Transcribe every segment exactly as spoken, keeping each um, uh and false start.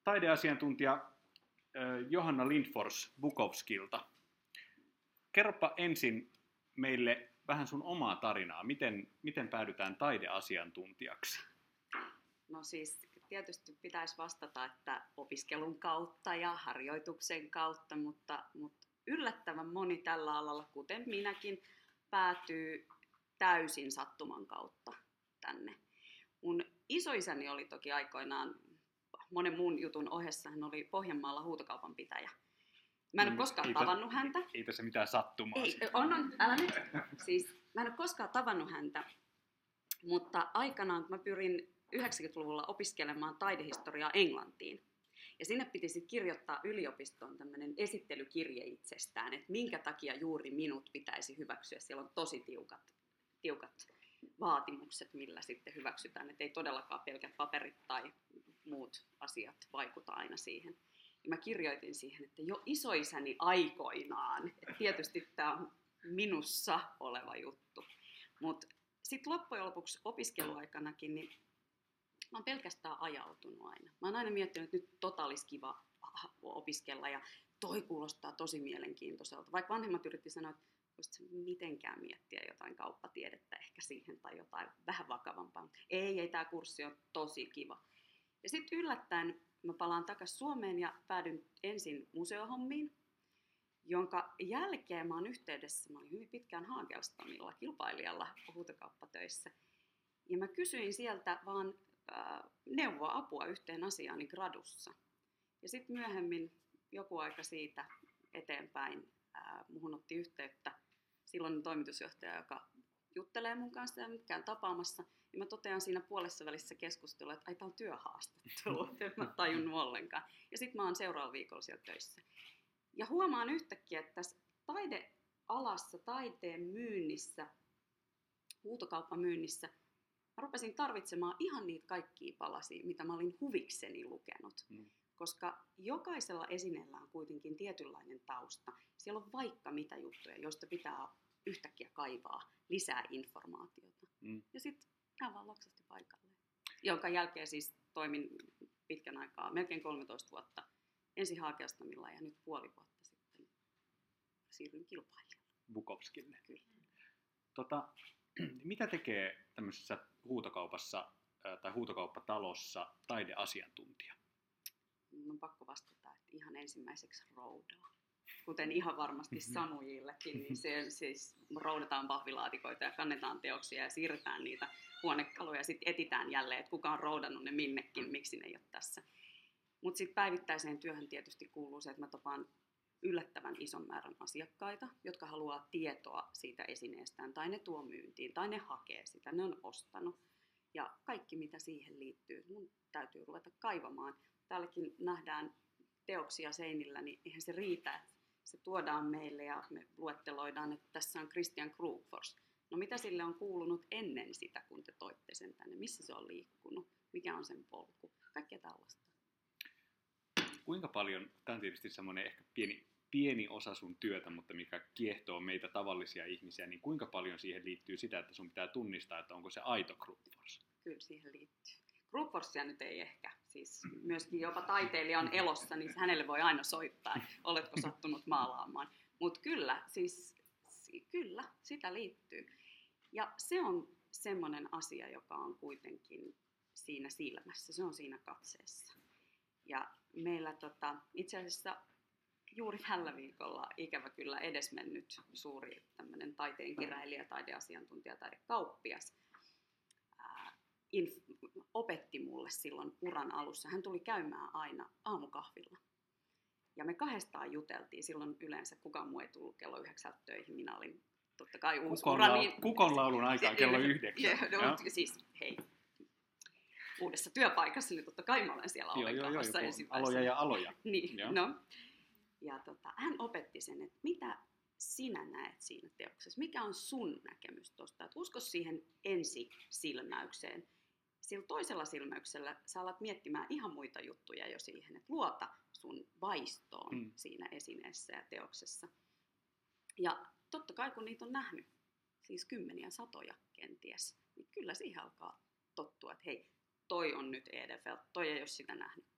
taideasiantuntija äh, Johanna Lindfors Bukowskilta. Kerropa ensin meille vähän sun omaa tarinaa. Miten, miten päädytään taideasiantuntijaksi? No siis tietysti pitäisi vastata, että opiskelun kautta ja harjoituksen kautta, mutta, mutta yllättävän moni tällä alalla, kuten minäkin, päätyy täysin sattuman kautta tänne. Mun isoisäni oli toki aikoinaan monen muun jutun ohessa, hän oli Pohjanmaalla huutokaupan pitäjä. Mä en ole koskaan ei, tavannut häntä. Ei tässä mitään sattumaa. Ei, on, on, älä nyt. Siis, mä en ole koskaan tavannut häntä, mutta aikanaan kun mä pyrin yhdeksänkymmentäluvulla opiskelemaan taidehistoriaa Englantiin. Ja sinne piti sitten kirjoittaa yliopistoon tämmöinen esittelykirje itsestään, että minkä takia juuri minut pitäisi hyväksyä. Siellä on tosi tiukat, tiukat vaatimukset, millä sitten hyväksytään. Että ei todellakaan pelkät paperit tai muut asiat vaikuta aina siihen. Ja mä kirjoitin siihen, että jo isoisäni aikoinaan, että tietysti tämä on minussa oleva juttu. Mutta sitten loppujen lopuksi opiskeluaikanakin, niin mä oon pelkästään ajautunut aina. Mä oon aina miettinyt, että nyt tota olisi kiva opiskella ja toi kuulostaa tosi mielenkiintoiselta. Vaikka vanhemmat yritti sanoa, että voisitko mitenkään miettiä jotain kauppatiedettä ehkä siihen tai jotain vähän vakavampaa. Ei, ei, tämä kurssi on tosi kiva. Ja sitten yllättäen mä palaan takaisin Suomeen ja päädyin ensin museohommiin, jonka jälkeen mä oon yhteydessä, mä olin hyvin pitkään Hagelstonilla kilpailijalla huutokauppatöissä. Ja mä kysyin sieltä vaan äh, neuvoa, apua yhteen asiaani gradussa. Ja sitten myöhemmin, joku aika siitä eteenpäin, äh, muhun otti yhteyttä silloinen toimitusjohtaja, joka juttelee mun kanssa ja käyn tapaamassa. Ja mä totean siinä puolessa välissä keskustelua, että ai tää on työhaastattelu, en mä tajunnut ollenkaan. Ja sit mä oon seuraavalla viikolla siellä töissä. Ja huomaan yhtäkkiä, että tässä taidealassa, taiteen myynnissä, huutokauppamyynnissä, mä rupesin tarvitsemaan ihan niitä kaikkia palasia, mitä mä olin huvikseni lukenut. Mm. Koska jokaisella esineellä on kuitenkin tietynlainen tausta. Siellä on vaikka mitä juttuja, joista pitää yhtäkkiä kaivaa lisää informaatiota. Mm. Ja sitten nämä vaan loksasti paikalleen. Jonka jälkeen siis toimin pitkän aikaa, melkein kolmetoista vuotta ensin Hagelstonilla ja nyt puoli vuotta sitten siirryin kilpailijalle. Bukowskille. Kyllä. Tota, mitä tekee tämmöisessä huutokaupassa tai huutokauppatalossa taideasiantuntija? On pakko vastata, että ihan ensimmäiseksi roudaa. Kuten ihan varmasti sanujillekin, niin se, siis roudataan pahvilaatikoita ja kannetaan teoksia ja siirretään niitä huonekaluja ja sitten etitään jälleen, että kuka on roudannut ne minnekin, miksi ne ei ole tässä. Mutta sitten päivittäiseen työhön tietysti kuuluu se, että mä tapaan yllättävän ison määrän asiakkaita, jotka haluaa tietoa siitä esineestään, tai ne tuo myyntiin, tai ne hakee sitä, ne on ostanut. Ja kaikki, mitä siihen liittyy, mun täytyy ruveta kaivamaan. Täälläkin nähdään teoksia seinillä, niin eihän se riitä, että se tuodaan meille ja me luetteloidaan, että tässä on Christian Krugfors. No mitä sille on kuulunut ennen sitä, kun te toitte sen tänne? Missä se on liikkunut? Mikä on sen polku? Kaikkea tällaista. Kuinka paljon, tämä on tietysti semmoinen ehkä pieni, pieni osa sun työtä, mutta mikä kiehtoo meitä tavallisia ihmisiä, niin kuinka paljon siihen liittyy sitä, että sun pitää tunnistaa, että onko se aito Krugfors? Kyllä siihen liittyy. Krugforsia nyt ei ehkä. Siis myöskin jopa taiteilija on elossa, niin hänelle voi aina soittaa, oletko sattunut maalaamaan. Mutta kyllä, siis kyllä, sitä liittyy. Ja se on semmoinen asia, joka on kuitenkin siinä silmässä, se on siinä katseessa. Ja meillä tota, itse asiassa juuri tällä viikolla ikävä kyllä edesmennyt suuri tämmöinen taiteenkeräilijä, taideasiantuntija, taidekauppias ää, inf- opetti mulle silloin uran alussa. Hän tuli käymään aina aamukahvilla. Ja me kahdestaan juteltiin. Silloin yleensä kukaan muu ei tullut kello yhdeksältä töihin. Minä olin totta kai uusi Kukon ura. Lau- Niin, kukonlaulun aikaan kello yhdeksän. Ja, no, siis hei, uudessa työpaikassa, niin totta kai mä olen siellä ollenkaavassa ensimmäisenä. Aloja ja aloja. Niin, no. Ja tota, hän opetti sen, että mitä sinä näet siinä teoksessa. Mikä on sun näkemys tuosta? Usko siihen ensisilmäykseen. Sillä toisella silmäyksellä sä alat miettimään ihan muita juttuja jo siihen, että luota sun vaistoon mm. siinä esineessä ja teoksessa. Ja totta kai kun niitä on nähnyt, siis kymmeniä, satoja kenties, niin kyllä siihen alkaa tottua, että hei, toi on nyt Edelfelt, toi ei ole sitä nähnytkään.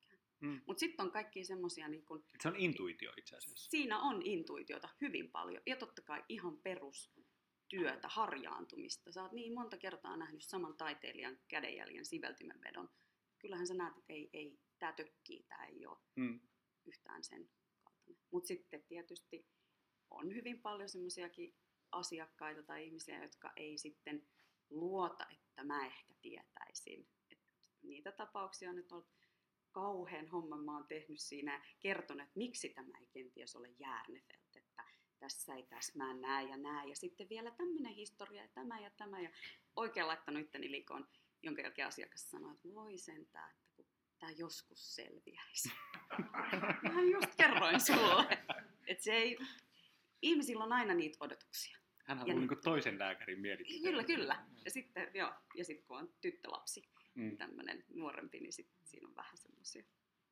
Mm. Mutta sitten on kaikkia semmoisia, niin kun, Se on intuitio itse asiassa. siinä on intuitiota hyvin paljon. Ja totta kai ihan perustyötä, harjaantumista. Sä oot niin monta kertaa nähnyt saman taiteilijan kädenjäljen siveltimen vedon. Kyllähän sä näet, että ei, ei, tää tökkii, tää ei ole Mm. yhtään sen kaltainen. Mutta sitten tietysti on hyvin paljon semmoisiakin asiakkaita tai ihmisiä, jotka ei sitten luota, että mä ehkä tietäisin. Et niitä tapauksia on nyt ollut kauhean homman mä oon tehnyt siinä ja kertonut, että miksi tämä ei kenties ole Järnefelt, että tässä ei täsmää nää ja nää ja sitten vielä tämmöinen historia ja tämä ja tämä ja oikein laittanut itteni likoon, jonka jälkeen asiakas sanoi, että voi sentään, että kun tämä joskus selviäisi. Mä just kerroin sulle, että se ei, ihmisillä on aina niitä odotuksia. Hän haluaa niin toisen lääkärin mielipiteen. Kyllä, kyllä. Ja sitten, joo, ja sitten kun on tyttölapsi, Mm. tämmöinen nuorempi, niin sit siinä on vähän semmoisia.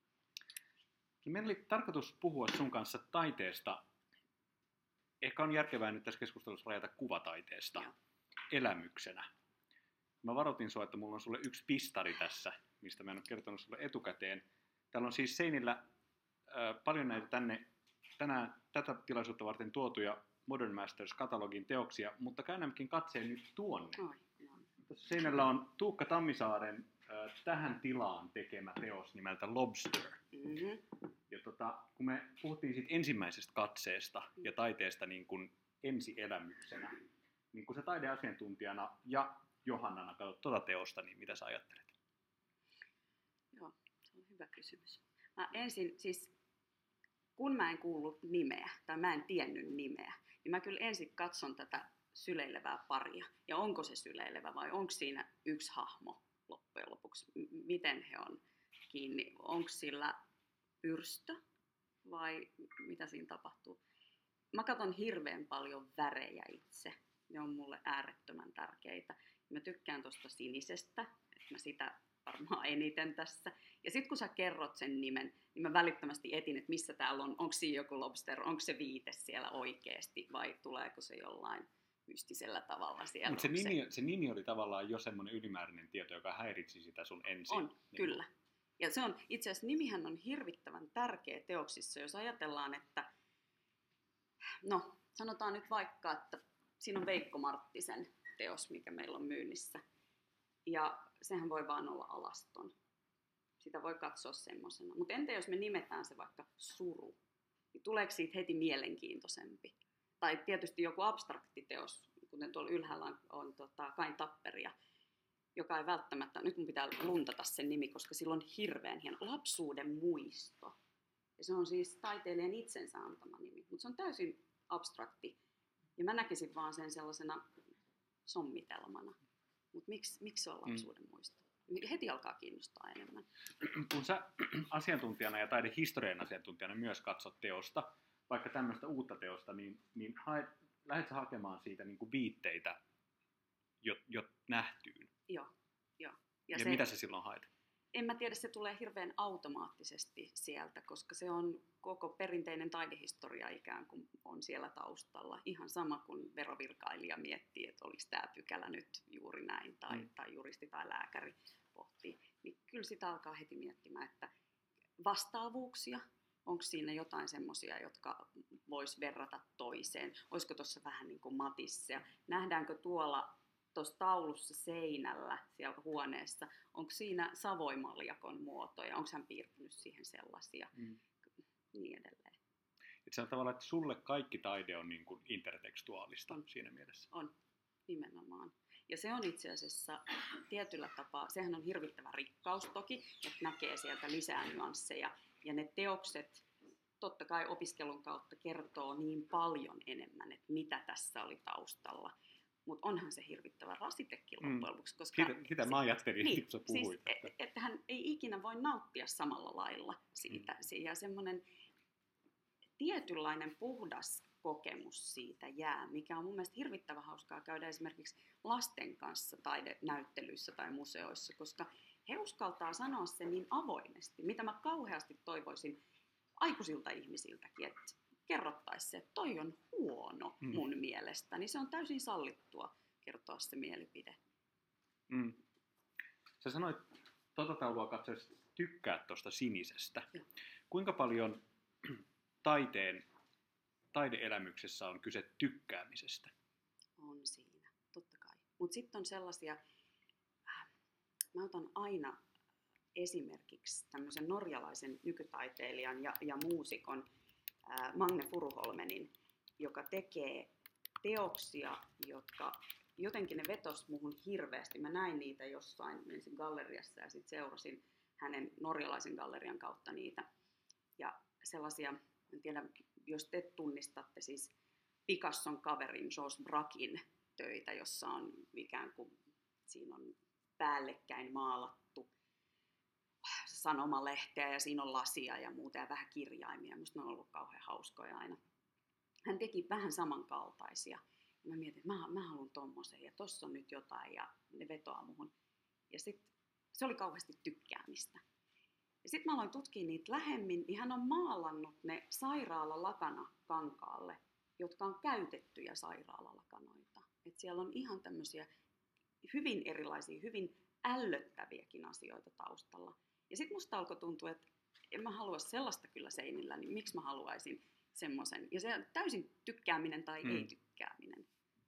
Meillä oli tarkoitus puhua sun kanssa taiteesta. Ehkä on järkevää nyt tässä keskustelussa rajata kuvataiteesta Joo. elämyksenä. Mä varoitin sua, että mulla on sulle yksi pistari tässä, mistä mä en ole kertonut sulle etukäteen. Täällä on siis seinillä äh, paljon näitä tänne tänään tätä tilaisuutta varten tuotuja Modern Masters-katalogin teoksia, mutta käännämmekin katseen nyt tuonne. Oi, joo. Tässä seinällä on Tuukka Tammisaaren äh, tähän tilaan tekemä teos nimeltä Lobster. Mm-hmm. Ja tota, kun me puhuttiin siitä ensimmäisestä katseesta ja taiteesta niin kuin ensielämyksenä, niin kun sä taideasiantuntijana ja Johannana katsot tuota teosta, niin mitä sä ajattelet? Joo, se on hyvä kysymys. Mä ensin, siis kun mä en kuullut nimeä tai mä en tiennyt nimeä, niin mä kyllä ensin katson tätä syleilevää paria. Ja onko se syleilevä vai onko siinä yksi hahmo loppujen lopuksi? M- miten he on kiinni? Onko sillä pyrstö vai mitä siinä tapahtuu? Mä katson hirveän paljon värejä itse. Ne on mulle äärettömän tärkeitä. Mä tykkään tosta sinisestä, että mä sitä varmaan eniten tässä. Ja sitten kun sä kerrot sen nimen, niin mä välittömästi etin, että missä täällä on, onko siinä joku lobster, onko se viite siellä oikeasti vai tuleeko se jollain mystisellä tavalla siellä. Mutta se, Onko nimi, se nimi oli tavallaan jo semmoinen ylimääräinen tieto, joka häiritsi sitä sun ensin. On, niin kyllä. Ja se on, itse asiassa nimihän on hirvittävän tärkeä teoksissa, jos ajatellaan, että no sanotaan nyt vaikka, että siinä on Veikko Marttisen teos, mikä meillä on myynnissä. Ja sehän voi vaan olla alaston. Sitä voi katsoa semmosena. Mutta entä jos me nimetään se vaikka suru, niin tuleeko siitä heti mielenkiintoisempi? Tai tietysti joku abstrakti teos, kuten tuolla ylhäällä on, on tota, Kain Tapperia, joka ei välttämättä, nyt mun pitää luntata sen nimi, koska sillä on hirveän hieno lapsuuden muisto. Ja se on siis taiteilijan itsensä antama nimi, mutta se on täysin abstrakti. Ja mä näkisin vaan sen sellaisena sommitelmana. Mutta miksi, miksi se on lapsuuden muisto? Heti alkaa kiinnostaa enemmän. Kun sä asiantuntijana ja taidehistorian asiantuntijana myös katsot teosta, vaikka tämmöistä uutta teosta, niin, niin haet, lähdet sä hakemaan siitä niin kuin viitteitä jo, jo nähtyyn? Joo, joo. Ja, ja se, mitä sä silloin haet? En mä tiedä, se tulee hirveän automaattisesti sieltä, koska se on koko perinteinen taidehistoria ikään kuin on siellä taustalla. Ihan sama kuin verovirkailija miettii, että oliko tämä pykälä nyt juuri näin, tai, mm. tai juristi tai lääkäri pohtii. Niin kyllä sitä alkaa heti miettimään, että vastaavuuksia, onko siinä jotain semmoisia, jotka vois verrata toiseen. Olisiko tuossa vähän niin kuin Matisse? Nähdäänkö tuolla tuossa taulussa seinällä siellä huoneessa, onko siinä savoimaljakon muotoja, onko hän piirtänyt siihen sellaisia, mm. niin edelleen. Et se on tavallaan, että sulle kaikki taide on niin kuin intertekstuaalista on. Siinä mielessä. On, nimenomaan. Ja se on itse asiassa tietyllä tapaa, sehän on hirvittävä rikkaus toki, että näkee sieltä lisää nyansseja. Ja ne teokset totta kai opiskelun kautta kertoo niin paljon enemmän, että mitä tässä oli taustalla. Mutta onhan se hirvittävä rasitekin loppujen lopuksi. Koska sitä, sitä mä ajattelin, niin, kun sä puhuit. Siis, että et hän ei ikinä voi nauttia samalla lailla siitä. Mm. Ja semmoinen tietynlainen puhdas kokemus siitä jää, mikä on mun mielestä hirvittävän hauskaa käydä esimerkiksi lasten kanssa taidenäyttelyissä tai museoissa, koska he uskaltaa sanoa sen niin avoimesti, mitä mä kauheasti toivoisin aikuisilta ihmisiltäkin, että kerrottaisiin se, että toi on huono mm. mun mielestä, niin se on täysin sallittua kertoa se mielipide. Mm. Sä sanoit Tota taulua katsoessa tykkää tuosta sinisestä. Joo. Kuinka paljon taiteen, taideelämyksessä on kyse tykkäämisestä? On siinä, totta kai. Mutta sitten on sellaisia, mä otan aina esimerkiksi tämmöisen norjalaisen nykytaiteilijan ja, ja muusikon ää, Magne Furuholmenin, joka tekee teoksia, jotka jotenkin ne vetos muhun hirveästi. Mä näin niitä jossain, menisin galleriassa ja sitten seurasin hänen norjalaisen gallerian kautta niitä. Ja sellaisia, en tiedä, jos te tunnistatte siis Picasson kaverin Georges Braquin töitä, jossa on ikään kuin, siinä on päällekkäin maalattu sanomalehteä ja siinä on lasia ja muuta ja vähän kirjaimia. Musta ne on ollut kauhean hauskoja aina. Hän teki vähän samankaltaisia. Ja mä mietin, että mä, mä haluan tommosen ja tossa on nyt jotain ja ne vetoaa muhun. Ja sit se oli kauheasti tykkäämistä. Ja sit mä aloin tutkia niitä lähemmin, niin hän on maalannut ne sairaalalakana kankaalle, jotka on käytettyjä sairaalalakanoita. Et siellä on ihan tämmöisiä hyvin erilaisia, hyvin ällöttäviäkin asioita taustalla. Ja sit musta alkoi tuntua, että en mä halua sellaista kyllä seinillä, niin miksi mä haluaisin semmoisen. Ja se on täysin tykkääminen tai hmm. ei tykkääminen.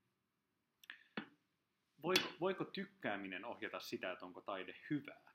Voiko, voiko tykkääminen ohjata sitä, että onko taide hyvää?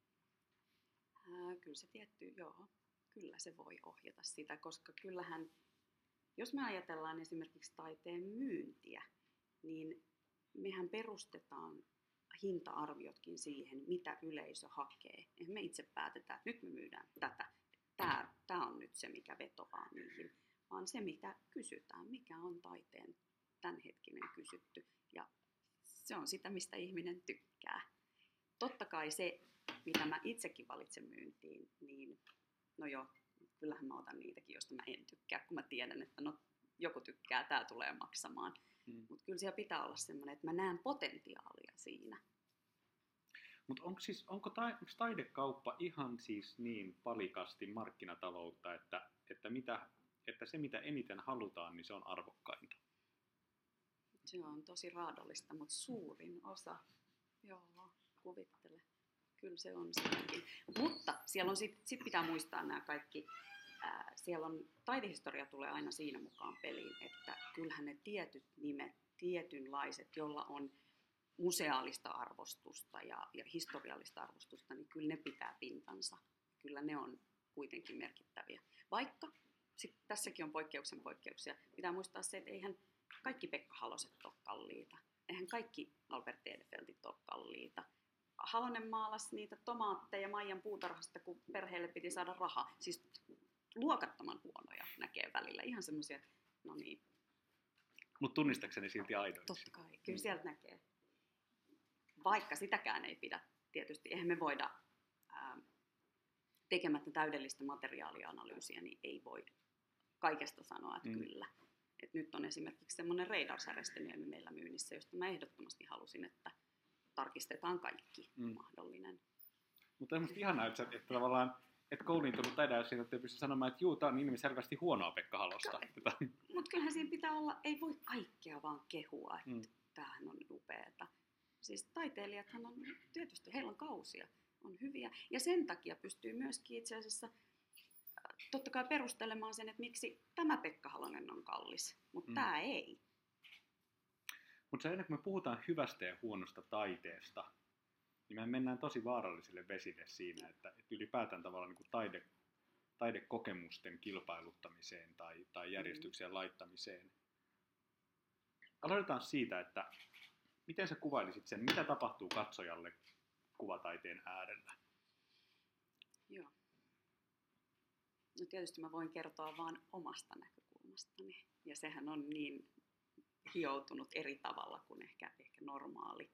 Ää, kyllä se tietty, joo. Kyllä se voi ohjata sitä, koska kyllähän, jos me ajatellaan esimerkiksi taiteen myyntiä, niin mehän perustetaan hinta-arviotkin siihen, mitä yleisö hakee. Eihän me itse päätetään, että nyt me myydään tätä. Tämä, tämä on nyt se, mikä vetoaa niihin, vaan se, mitä kysytään, mikä on taiteen tämänhetkinen kysytty. Ja se on sitä, mistä ihminen tykkää. Totta kai se, mitä mä itsekin valitsen myyntiin, niin no joo, kyllähän mä otan niitäkin, joista mä en tykkää, kun mä tiedän, että no joku tykkää, tää tulee maksamaan. Mm. Mutta kyllä siellä pitää olla semmoinen, että mä näen potentiaalia siinä. Mutta onko, siis, onko taidekauppa ihan siis niin palikasti markkinataloutta, että, että, mitä, että se mitä eniten halutaan, niin se on arvokkainta? Se on tosi raadollista, mutta suurin osa, joo, kuvittele. Kyllä se on sitäkin. Mutta siellä on sit, sit pitää muistaa nämä kaikki, ää, siellä on, taidehistoria tulee aina siinä mukaan peliin, että kyllähän ne tietyt nimet, tietynlaiset, jolla on museaalista arvostusta ja, ja historiallista arvostusta, niin kyllä ne pitää pintansa. Kyllä ne on kuitenkin merkittäviä. Vaikka, sit tässäkin on poikkeuksen poikkeuksia, pitää muistaa se, että eihän kaikki Pekka Haloset ole kalliita. Eihän kaikki Albert Edelfeltit ole kalliita. Halonen maalasi niitä tomaatteja Maijan puutarhasta, kun perheelle piti saada rahaa. Siis luokattoman huonoja näkee välillä. Ihan semmoisia, no niin. Mutta tunnistakseni silti aidoiksi? Totta kai, kyllä mm. sieltä näkee. Vaikka sitäkään ei pidä tietysti. Eihän me voida ää, tekemättä täydellistä materiaalianalyysiä, niin ei voi kaikesta sanoa, että mm. kyllä. Et nyt on esimerkiksi semmoinen Reidar-säresteniemi meillä myynnissä, josta mä ehdottomasti halusin, että tarkistetaan kaikki mm. mahdollinen. Mutta on musta ihanaa, että, että tavallaan että kouluun tullut taidaan, että pysty sanomaan, että juu, tämä on ilmiselvästi huonoa Pekka Halosta. Mutta kyllähän siinä pitää olla, ei voi kaikkea vaan kehua, että mm. tämähän on upeata. Siis taiteilijathan on tietysti, heillä on kausia, on hyviä. Ja sen takia pystyy myöskin itse asiassa totta kai perustelemaan sen, että miksi tämä Pekka Halonen on kallis, mutta mm. tämä ei. Mutta ennen kuin me puhutaan hyvästä ja huonosta taiteesta, niin me mennään tosi vaaralliselle vesille siinä, että, että ylipäätään tavallaan niin kuin taide, taidekokemusten kilpailuttamiseen tai, tai järjestykseen mm. laittamiseen. Aloitetaan siitä, että miten sä kuvailisit sen, mitä tapahtuu katsojalle kuvataiteen äärellä? Joo. No tietysti mä voin kertoa vaan omasta näkökulmastani. Ja sehän on niin hioutunut eri tavalla kuin ehkä, ehkä normaali,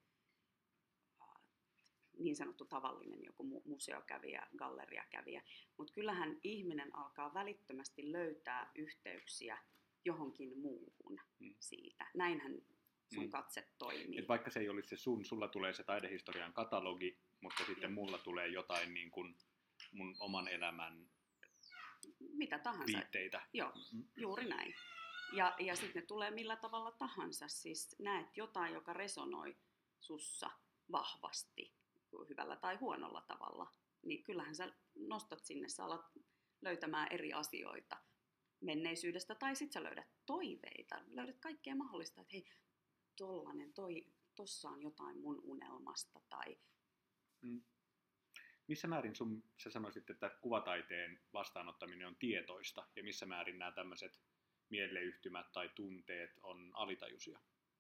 niin sanottu tavallinen joku museokävijä, galleriakävijä. Mutta kyllähän ihminen alkaa välittömästi löytää yhteyksiä johonkin muuhun hmm. siitä. Näinhän sun hmm. katse toimii. Et vaikka se ei olisi se sun, sulla tulee se taidehistorian katalogi, mutta sitten ja. mulla tulee jotain niin kuin mun oman elämän mitä tahansa. viitteitä. Joo, mm-hmm. juuri näin. Ja, ja sitten ne tulee millä tavalla tahansa. Siis näet jotain, joka resonoi sussa vahvasti. hyvällä tai huonolla tavalla, niin kyllähän sä nostat sinne, sä alat löytämään eri asioita menneisyydestä, tai sit sä löydät toiveita, löydät kaikkea mahdollista, että hei, tollanen, toi, tossa on jotain mun unelmasta, tai... Mm. Missä määrin sun, sä sanoisit, että kuvataiteen vastaanottaminen on tietoista, ja missä määrin nämä tämmöiset mieleyhtymät tai tunteet on alitajuisia?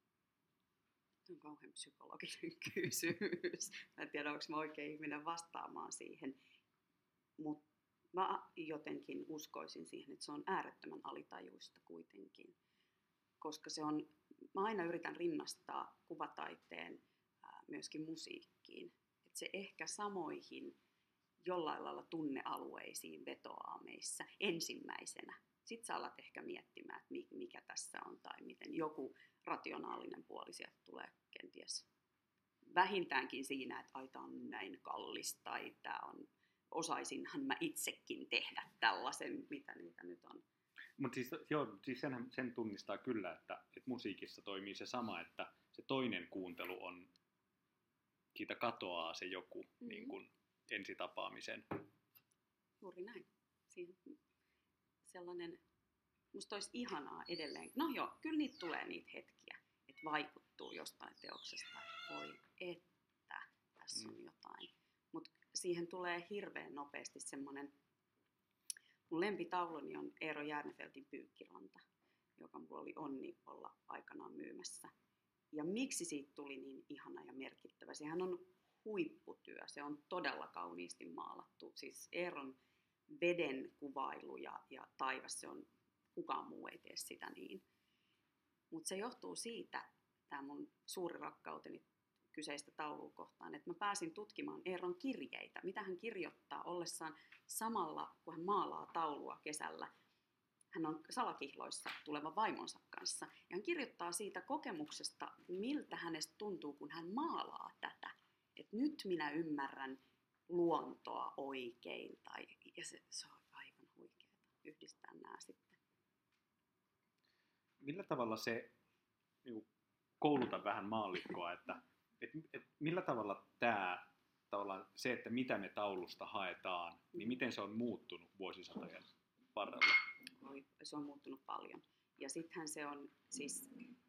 Se on kauhean psykologinen kysymys. Mä en tiedä, onko mä oikein ihminen vastaamaan siihen, mutta mä jotenkin uskoisin siihen, että se on äärettömän alitajuista kuitenkin, koska se on, mä aina yritän rinnastaa kuvataiteen ää, myöskin musiikkiin, että se ehkä samoihin jollain lailla tunnealueisiin vetoaa meissä ensimmäisenä. Sitten sä alat ehkä miettimään, että mikä tässä on tai miten joku rationaalinen puoli sieltä tulee kenties vähintäänkin siinä, että ai tää on näin kallis tai tää on, osaisinhan mä itsekin tehdä tällaisen, mitä niitä nyt on. Mutta siis, joo, siis sen, sen tunnistaa kyllä, että, että musiikissa toimii se sama, että se toinen kuuntelu on, siitä katoaa se joku mm-hmm. niin kuin ensitapaamisen. Juuri näin. Siihen sellainen, musta olisi ihanaa edelleen. No joo, kyllä niitä tulee niitä hetkiä, että vaikuttuu jostain teoksesta, että voi että, tässä on jotain. Mutta siihen tulee hirveän nopeasti semmoinen, mun lempitauluni on Eero Järnefeltin Pyykkiranta, joka mulla oli onni olla aikanaan myymässä. Ja miksi siitä tuli niin ihana ja merkittävä? Sehän on huipputyö, se on todella kauniisti maalattu. Siis Eeron veden kuvailu ja, ja taivas, se on, kukaan muu ei tee sitä niin. Mutta se johtuu siitä, tämä mun suuri rakkauteni kyseistä taulua kohtaan, että mä pääsin tutkimaan Eeron kirjeitä, mitä hän kirjoittaa ollessaan samalla, kun hän maalaa taulua kesällä. Hän on salakihloissa tulevan vaimonsa kanssa, ja hän kirjoittaa siitä kokemuksesta, miltä hänestä tuntuu, kun hän maalaa tätä. Että nyt minä ymmärrän luontoa oikein, tai, ja se, se on aivan huikeaa yhdistää nämä sitten. Millä tavalla se niin kouluta vähän maallikkoa, että et, et millä tavalla tämä, tavallaan se, että mitä me taulusta haetaan, niin miten se on muuttunut vuosisatojen varrella? Oi, se on muuttunut paljon. Ja sittenhän se on siis,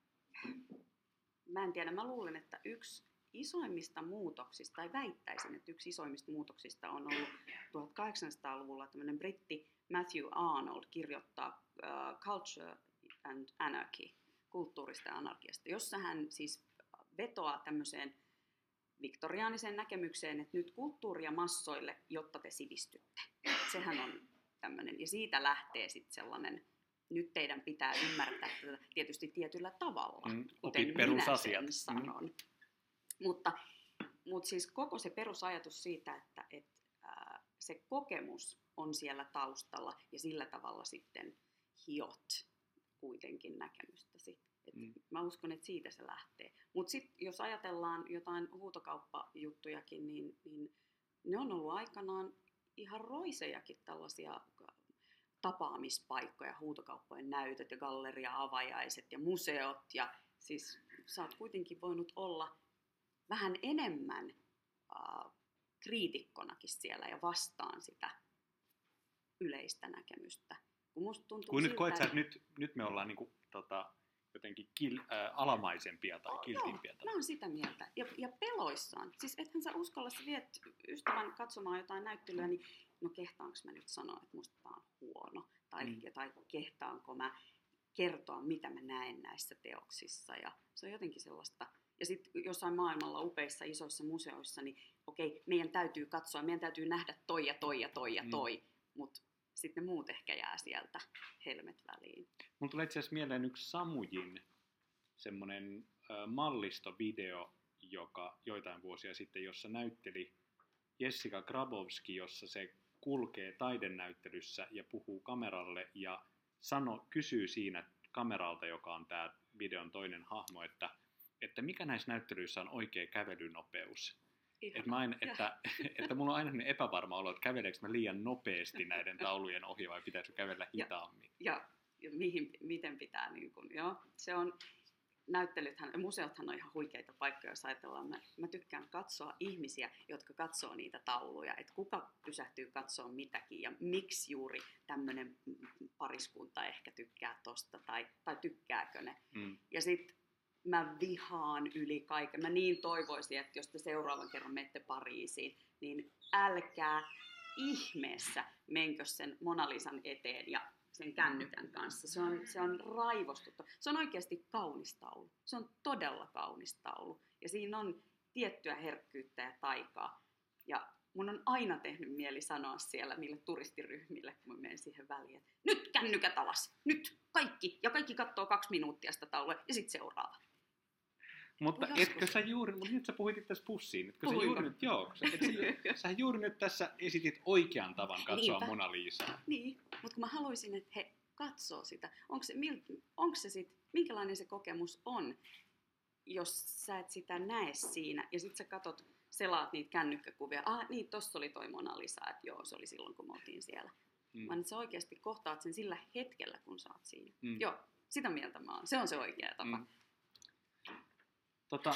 mä en tiedä, mä luulen, että yksi isoimmista muutoksista, tai väittäisin, että yksi isoimmista muutoksista on ollut tuhatkahdeksansataaluvulla tämmöinen britti Matthew Arnold kirjoittaa uh, Culture and Anarchy, kulttuurista ja anarkiasta, jossa hän siis vetoaa tämmöiseen viktoriaaniseen näkemykseen, että nyt kulttuuria massoille, jotta te sivistytte. Sehän on tämmöinen, ja siitä lähtee sitten sellainen, nyt teidän pitää ymmärtää tätä tietysti tietyllä tavalla, mm, kuten minä sen sanon. Mm. Mutta, mutta siis koko se perusajatus siitä, että, että ää, se kokemus on siellä taustalla ja sillä tavalla sitten hiot kuitenkin näkemystäsi. Et mm. Mä uskon, että siitä se lähtee. Mutta sitten jos ajatellaan jotain huutokauppajuttujakin, niin, niin ne on ollut aikanaan ihan roisejakin tällaisia tapaamispaikkoja, huutokauppojen näytöt ja galleria-avajaiset ja museot. Ja siis sä oot kuitenkin voinut olla vähän enemmän äh, kriitikkonakin siellä ja vastaan sitä yleistä näkemystä. Kun musta tuntuu Kun siltä, nyt koet sä, että nyt, nyt me ollaan niinku, tota, jotenkin kil, äh, alamaisempia tai oh, kiltimpiä. Joo, mä oon sitä mieltä. Ja, ja peloissaan. Siis ethän sä uskalla, sä viet ystävän katsomaan jotain näyttelyä, niin no kehtaanko mä nyt sanoa, että musta tää on huono. Tai, mm. tai kehtaanko mä kertoa, mitä mä näen näissä teoksissa. Ja se on jotenkin sellaista. Ja sitten jossain maailmalla upeissa isoissa museoissa, niin okei, meidän täytyy katsoa, meidän täytyy nähdä toi ja toi ja toi ja toi. Mm. Mutta sitten ne muut ehkä jää sieltä helmet väliin. Mulla tulee itse asiassa mieleen yksi Samujin semmoinen äh, mallistovideo, joka joitain vuosia sitten, jossa näytteli Jessica Grabowski, jossa se kulkee taidenäyttelyssä ja puhuu kameralle ja sano, kysyy siinä kameralta, joka on tämä videon toinen hahmo, että, että mikä näissä näyttelyissä on oikea kävelynopeus. Että, mä aina, että, että mulla on aina epävarma olo, että käveleekö mä liian nopeasti näiden taulujen ohi vai pitäisikö kävellä hitaammin. Ja, ja, ja mihin, miten pitää, niin kun, joo, se on, näyttelythän, museothan on ihan huikeita paikkoja, jos ajatellaan. Mä, mä tykkään katsoa ihmisiä, jotka katsoo niitä tauluja, että kuka pysähtyy katsoa mitäkin ja miksi juuri tämmöinen pariskunta ehkä tykkää tosta tai, tai tykkääkö ne. Mm. Ja sitten mä vihaan yli kaiken. Mä niin toivoisin, että jos te seuraavan kerran menette Pariisiin, niin älkää ihmeessä menkö sen Mona Lisan eteen ja sen kännykän kanssa. Se on, se on raivostuttava. Se on oikeasti kaunis taulu. Se on todella kaunis taulu. Ja siinä on tiettyä herkkyyttä ja taikaa. Ja mun on aina tehnyt mieli sanoa siellä niille turistiryhmille, kun mä menen siihen väliin, että nyt kännykät alas, nyt kaikki. Ja kaikki katsoo kaksi minuuttia sitä taulua ja sitten seuraava. Mutta etkö sä juuri, mutta nyt sä puhuit tässä pussiin, etkö sä juuri nyt, joo, sä, sä, sä juuri nyt tässä esitit oikean tavan katsoa Niinpä. Mona Lisaa. Niin, mutta kun mä haluaisin, että he katsoo sitä, onko se, onko se sit, minkälainen se kokemus on, jos sä et sitä näe siinä, ja sit sä katot, selaat niitä kännykkäkuvia, ah niin, tossa oli toi Mona Lisa, että joo, se oli silloin, kun me oltiin siellä. Mm. Vaan että sä oikeasti kohtaat sen sillä hetkellä, kun sä oot siinä. Mm. Joo, sitä mieltä mä oon, se on se oikea tapa. Mm. Tota,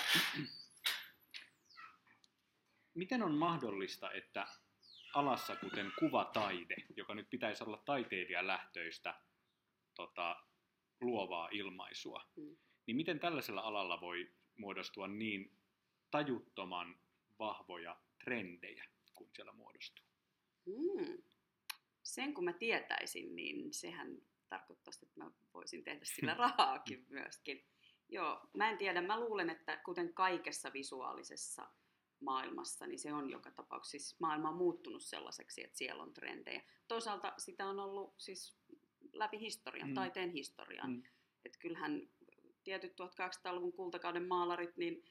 miten on mahdollista, että alassa kuten kuvataide, joka nyt pitäisi olla taiteilijalähtöistä tota, luovaa ilmaisua, mm. niin miten tällaisella alalla voi muodostua niin tajuttoman vahvoja trendejä kuin siellä muodostuu? Mm. Sen kun mä tietäisin, niin sehän tarkoittaisi, että mä voisin tehdä sillä rahaakin myöskin. Joo, mä en tiedä. Mä luulen, että kuten kaikessa visuaalisessa maailmassa, niin se on joka tapauksessa. Maailma on muuttunut sellaiseksi, että siellä on trendejä. Toisaalta sitä on ollut siis läpi historian, mm. taiteen historian. Mm. Että kyllähän tietyt tuhatkahdeksansataaluvun kultakauden maalarit, niin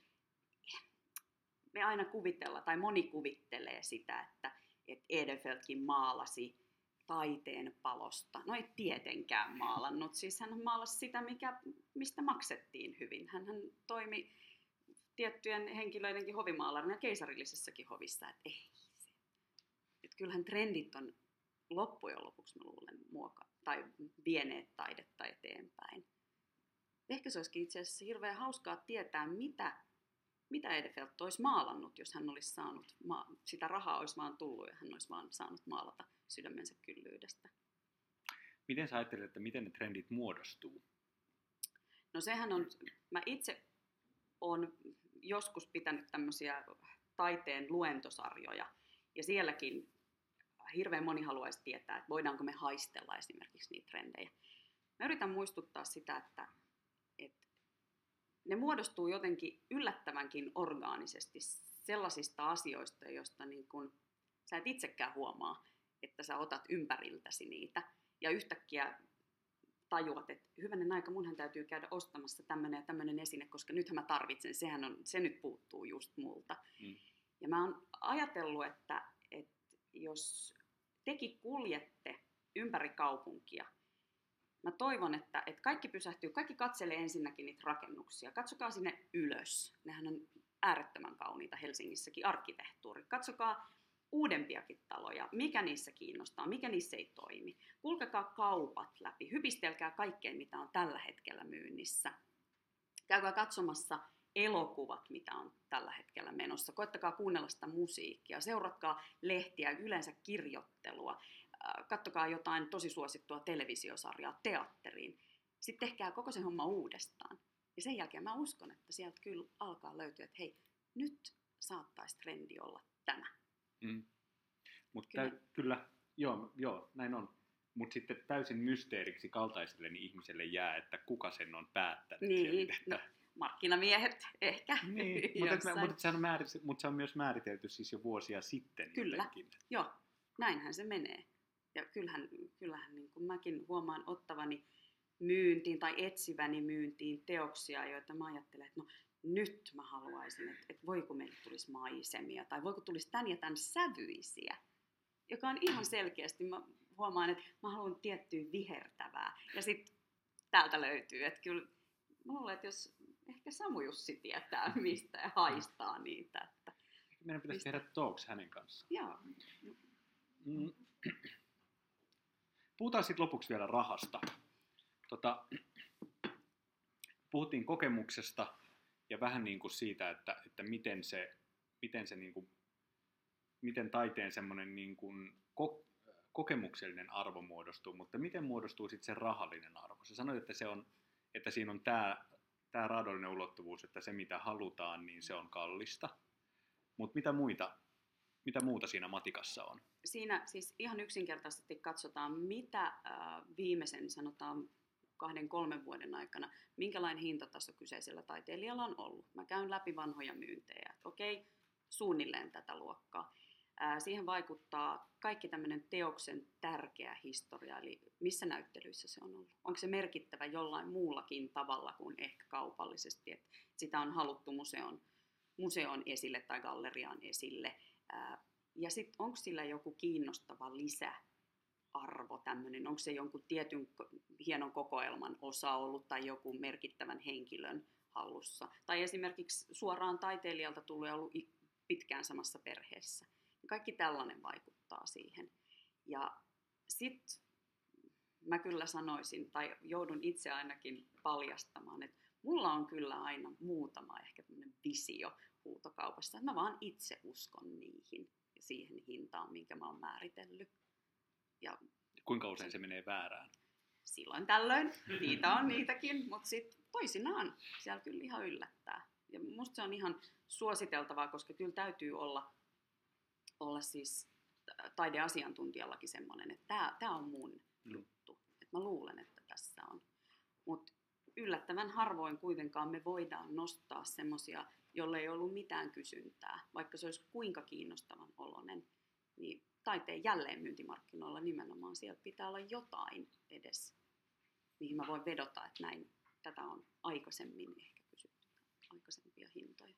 me aina kuvitellaan, tai moni kuvittelee sitä, että, että Edelfeltkin maalasi taiteen palosta. No ei tietenkään maalannut. Siis hän maalasi sitä, mikä, mistä maksettiin hyvin. Hän toimi tiettyjen henkilöidenkin hovimaalarina keisarillisessakin hovissa. Että ei se. Että kyllähän trendit on loppujen lopuksi, mä luulen, muoka, tai vieneet taidetta eteenpäin. Ehkä se olisikin itse asiassa hirveän hauskaa tietää, mitä, mitä Edelfelt olisi maalannut, jos hän olisi saanut, sitä rahaa olisi vaan tullut ja hän olisi vaan saanut maalata sydämensä kyllyydestä. Miten sä ajattelet, että miten ne trendit muodostuu? No sehän on, mä itse olen joskus pitänyt tämmöisiä taiteen luentosarjoja, ja sielläkin hirveän moni haluaisi tietää, että voidaanko me haistella esimerkiksi niitä trendejä. Mä yritän muistuttaa sitä, että, että ne muodostuu jotenkin yllättävänkin orgaanisesti sellaisista asioista, joista niin kun sä et itsekään huomaa, että sä otat ympäriltäsi niitä, ja yhtäkkiä tajuat, että hyvänen aika, munhan täytyy käydä ostamassa tämmöinen ja tämmöinen esine, koska nythän mä tarvitsen, sehän on, se nyt puuttuu just multa. Mm. Ja mä oon ajatellut, että, että jos tekin kuljette ympäri kaupunkia, mä toivon, että, että kaikki pysähtyy, kaikki katselee ensinnäkin niitä rakennuksia. Katsokaa sinne ylös. Nehän on äärettömän kauniita Helsingissäkin arkkitehtuuri. Katsokaa uudempiakin taloja, mikä niissä kiinnostaa, mikä niissä ei toimi. Kulkekaa kaupat läpi, hypistelkää kaikkeen, mitä on tällä hetkellä myynnissä. Käykää katsomassa elokuvat, mitä on tällä hetkellä menossa. Koettakaa kuunnella sitä musiikkia, seuratkaa lehtiä, yleensä kirjoittelua. Kattokaa jotain tosi suosittua televisiosarjaa teatteriin. Sitten tehkää koko se homma uudestaan. Ja sen jälkeen mä uskon, että sieltä kyllä alkaa löytyä, että hei, nyt saattaisi trendi olla tämä. Mm. Mut kyllä. Täy, kyllä, joo, joo, näin on. Mutta sitten täysin mysteeriksi kaltaiselleni ihmiselle jää, että kuka sen on päättänyt. Niin, sen, että... no, markkinamiehet ehkä. Niin, mutta mut se, mut se on myös määritelty siis jo vuosia sitten. Kyllä, jotenkin. Joo, näinhän se menee. Ja kyllähän, kyllähän niin kuin mäkin huomaan ottavani myyntiin tai etsiväni myyntiin teoksia, joita mä ajattelen, että no nyt mä haluaisin, että, että voiko meille tulisi maisemia tai voiko tulisi tän ja tän sävyisiä, joka on ihan selkeästi, mä huomaan, että mä haluan tiettyä vihertävää. Ja sitten täältä löytyy, että kyllä mä luulen, että jos ehkä Samu Jussi tietää mistä ja haistaa niitä. Että meidän pitäisi mistä... tehdä talks hänen kanssaan. Joo. Mm. Puhutaan sitten lopuksi vielä rahasta. Tota, puhuttiin kokemuksesta ja vähän niin kuin siitä, että, että miten se, miten se niin kuin, miten taiteen semmoinen niin kuin ko, kokemuksellinen arvo muodostuu, mutta miten muodostuu sitten se rahallinen arvo? Sä sanoit, että, se on, että siinä on tämä, tämä raadollinen ulottuvuus, että se mitä halutaan, niin se on kallista. Mutta mitä, muita, mitä muuta siinä matikassa on? Siinä siis ihan yksinkertaisesti katsotaan, mitä äh, viimeisen sanotaan kahden, kolmen vuoden aikana, minkälainen hintataso kyseisellä taiteilijalla on ollut. Mä käyn läpi vanhoja myyntejä, että okei, suunnilleen tätä luokkaa. Ää, siihen vaikuttaa kaikki tämmöinen teoksen tärkeä historia, eli missä näyttelyissä se on ollut. Onko se merkittävä jollain muullakin tavalla kuin ehkä kaupallisesti, että sitä on haluttu museon, museon esille tai galleriaan esille. Ää, ja sitten onko sillä joku kiinnostava lisäarvo tämmöinen, onko se jonkun tietyn hienon kokoelman osa ollut tai joku merkittävän henkilön hallussa. Tai esimerkiksi suoraan taiteilijalta tullut ja ollut pitkään samassa perheessä. Kaikki tällainen vaikuttaa siihen. Ja sitten mä kyllä sanoisin, tai joudun itse ainakin paljastamaan, että mulla on kyllä aina muutama ehkä tämmöinen visio huutokaupassa. Että mä vaan itse uskon niihin ja siihen hintaan, minkä mä oon määritellyt. Ja kuinka usein se menee väärään? Silloin tällöin. Niitä on niitäkin, mutta sitten toisinaan siellä kyllä ihan yllättää. Ja musta se on ihan suositeltavaa, koska kyllä täytyy olla olla siis taideasiantuntijallakin semmoinen, että tämä, tämä on mun juttu. Että mä luulen, että tässä on. Mutta yllättävän harvoin kuitenkaan me voidaan nostaa semmoisia, jolle ei ollut mitään kysyntää. Vaikka se olisi kuinka kiinnostavan oloinen, niin taiteen jälleenmyyntimarkkinoilla nimenomaan sieltä pitää olla jotain edes, mihin mä voin vedota, että näin tätä on aikaisemmin ehkä kysytty, aikaisempia hintoja.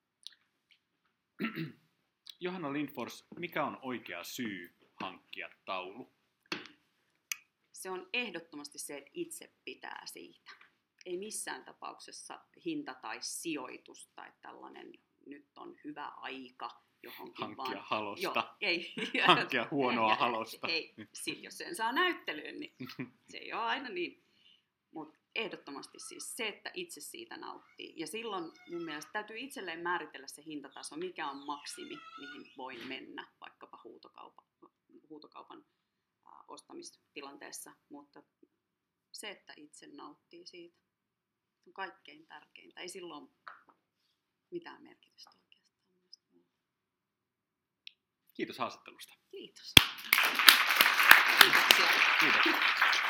Johanna Lindfors, mikä on oikea syy hankkia taulu? Se on ehdottomasti se, että itse pitää siitä. Ei missään tapauksessa hinta tai sijoitus tai tällainen, nyt on hyvä aika johonkin hankkia vaan. halosta. Joo, ei. Hankkia huonoa ja, halosta. Ei, sit, jos sen saa näyttelyyn, niin se ei ole aina niin. Mutta ehdottomasti siis se, että itse siitä nauttii. Ja silloin mun mielestä täytyy itselleen määritellä se hintataso, mikä on maksimi, mihin voi mennä vaikkapa huutokaupan, huutokaupan äh, ostamistilanteessa. Mutta se, että itse nauttii siitä, on kaikkein tärkeintä. Ei silloin mitään merkitystä oikeastaan. Kiitos haastattelusta. Kiitos. Kiitos. Kiitos.